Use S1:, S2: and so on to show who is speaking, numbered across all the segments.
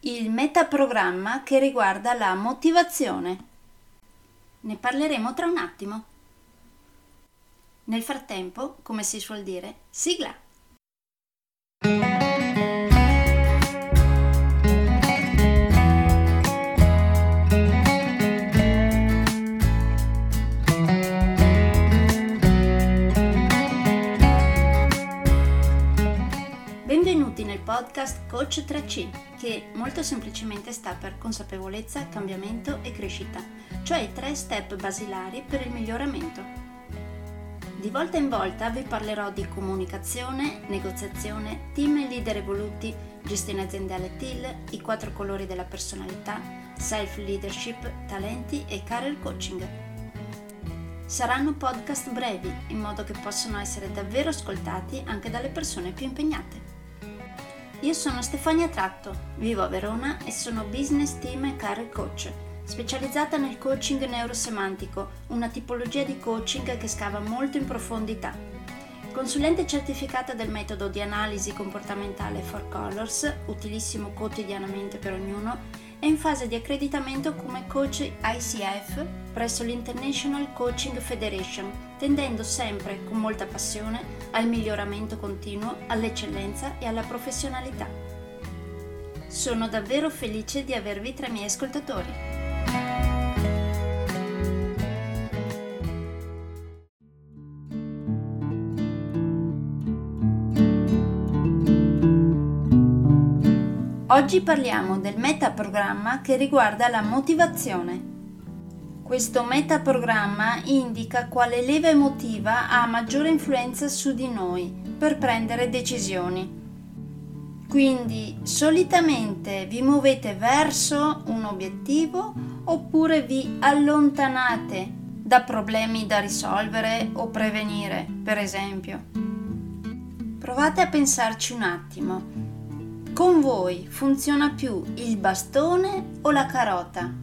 S1: il metaprogramma che riguarda la motivazione. Ne parleremo tra un attimo. Nel frattempo, come si suol dire, sigla! Benvenuti nel podcast Coach 3C, che molto semplicemente sta per consapevolezza, cambiamento e crescita, cioè i 3 step basilari per il miglioramento. Di volta in volta vi parlerò di comunicazione, negoziazione, team e leader evoluti, gestione aziendale TIL, i 4 colori della personalità, self-leadership, talenti e career coaching. Saranno podcast brevi, in modo che possano essere davvero ascoltati anche dalle persone più impegnate. Io sono Stefania Tratto, vivo a Verona e sono business team e career coach, specializzata nel coaching neurosemantico, una tipologia di coaching che scava molto in profondità. Consulente certificata del metodo di analisi comportamentale 4 Colors, utilissimo quotidianamente per ognuno, è in fase di accreditamento come coach ICF presso l'International Coaching Federation, tendendo sempre con molta passione al miglioramento continuo, all'eccellenza e alla professionalità. Sono davvero felice di avervi tra i miei ascoltatori. Oggi parliamo del metaprogramma che riguarda la motivazione. Questo metaprogramma indica quale leva emotiva ha maggiore influenza su di noi per prendere decisioni. Quindi solitamente vi muovete verso un obiettivo oppure vi allontanate da problemi da risolvere o prevenire, per esempio. Provate a pensarci un attimo. Con voi funziona più il bastone o la carota?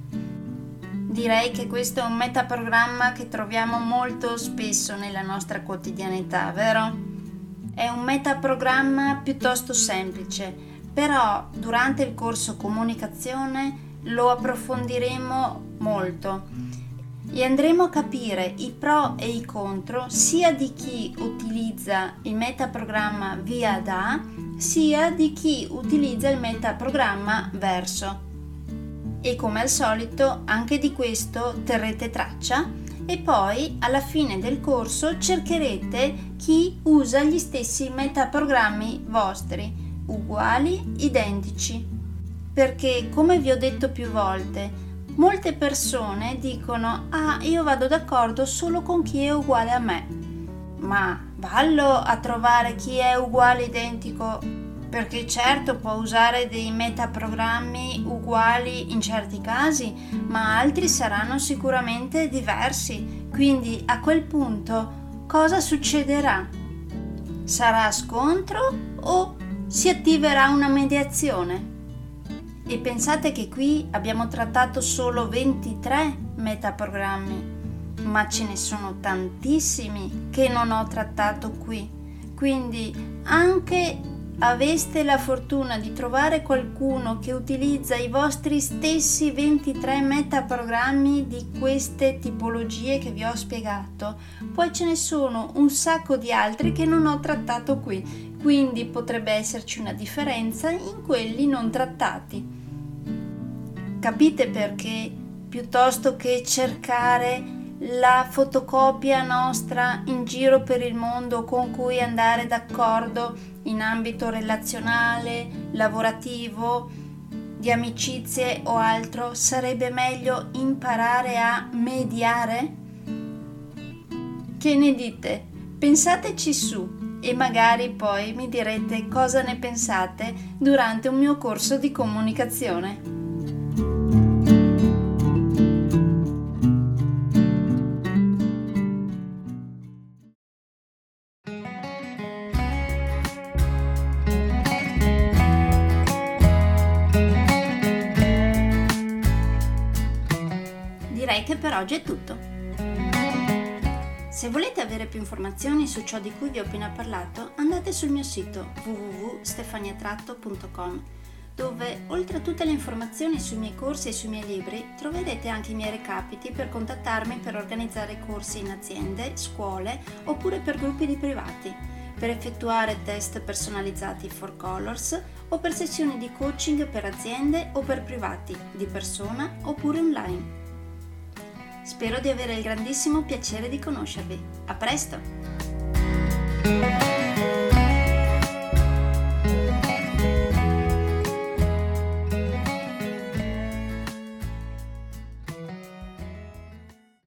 S1: Direi che questo è un metaprogramma che troviamo molto spesso nella nostra quotidianità, vero? È un metaprogramma piuttosto semplice, però durante il corso comunicazione lo approfondiremo molto e andremo a capire i pro e i contro sia di chi utilizza il metaprogramma via da, sia di chi utilizza il metaprogramma verso. E come al solito anche di questo terrete traccia e poi alla fine del corso cercherete chi usa gli stessi metaprogrammi vostri, uguali, identici. Perché come vi ho detto più volte, molte persone dicono io vado d'accordo solo con chi è uguale a me, ma vallo a trovare chi è uguale identico, perché certo può usare dei metaprogrammi uguali in certi casi, ma altri saranno sicuramente diversi, quindi a quel punto cosa succederà? Sarà scontro o si attiverà una mediazione? E pensate che qui abbiamo trattato solo 23 metaprogrammi, ma ce ne sono tantissimi che non ho trattato qui. Quindi anche aveste la fortuna di trovare qualcuno che utilizza i vostri stessi 23 metaprogrammi di queste tipologie che vi ho spiegato, poi ce ne sono un sacco di altri che non ho trattato qui, quindi potrebbe esserci una differenza in quelli non trattati. Capite perché piuttosto che cercare la fotocopia nostra in giro per il mondo con cui andare d'accordo in ambito relazionale, lavorativo, di amicizie o altro, sarebbe meglio imparare a mediare? Che ne dite? Pensateci su e magari poi mi direte cosa ne pensate durante un mio corso di comunicazione. Direi che per oggi è tutto. Se volete avere più informazioni su ciò di cui vi ho appena parlato, andate sul mio sito www.stefaniatratto.com. dove, oltre a tutte le informazioni sui miei corsi e sui miei libri, troverete anche i miei recapiti per contattarmi per organizzare corsi in aziende, scuole oppure per gruppi di privati, per effettuare test personalizzati for Colors o per sessioni di coaching per aziende o per privati, di persona oppure online. Spero di avere il grandissimo piacere di conoscervi. A presto!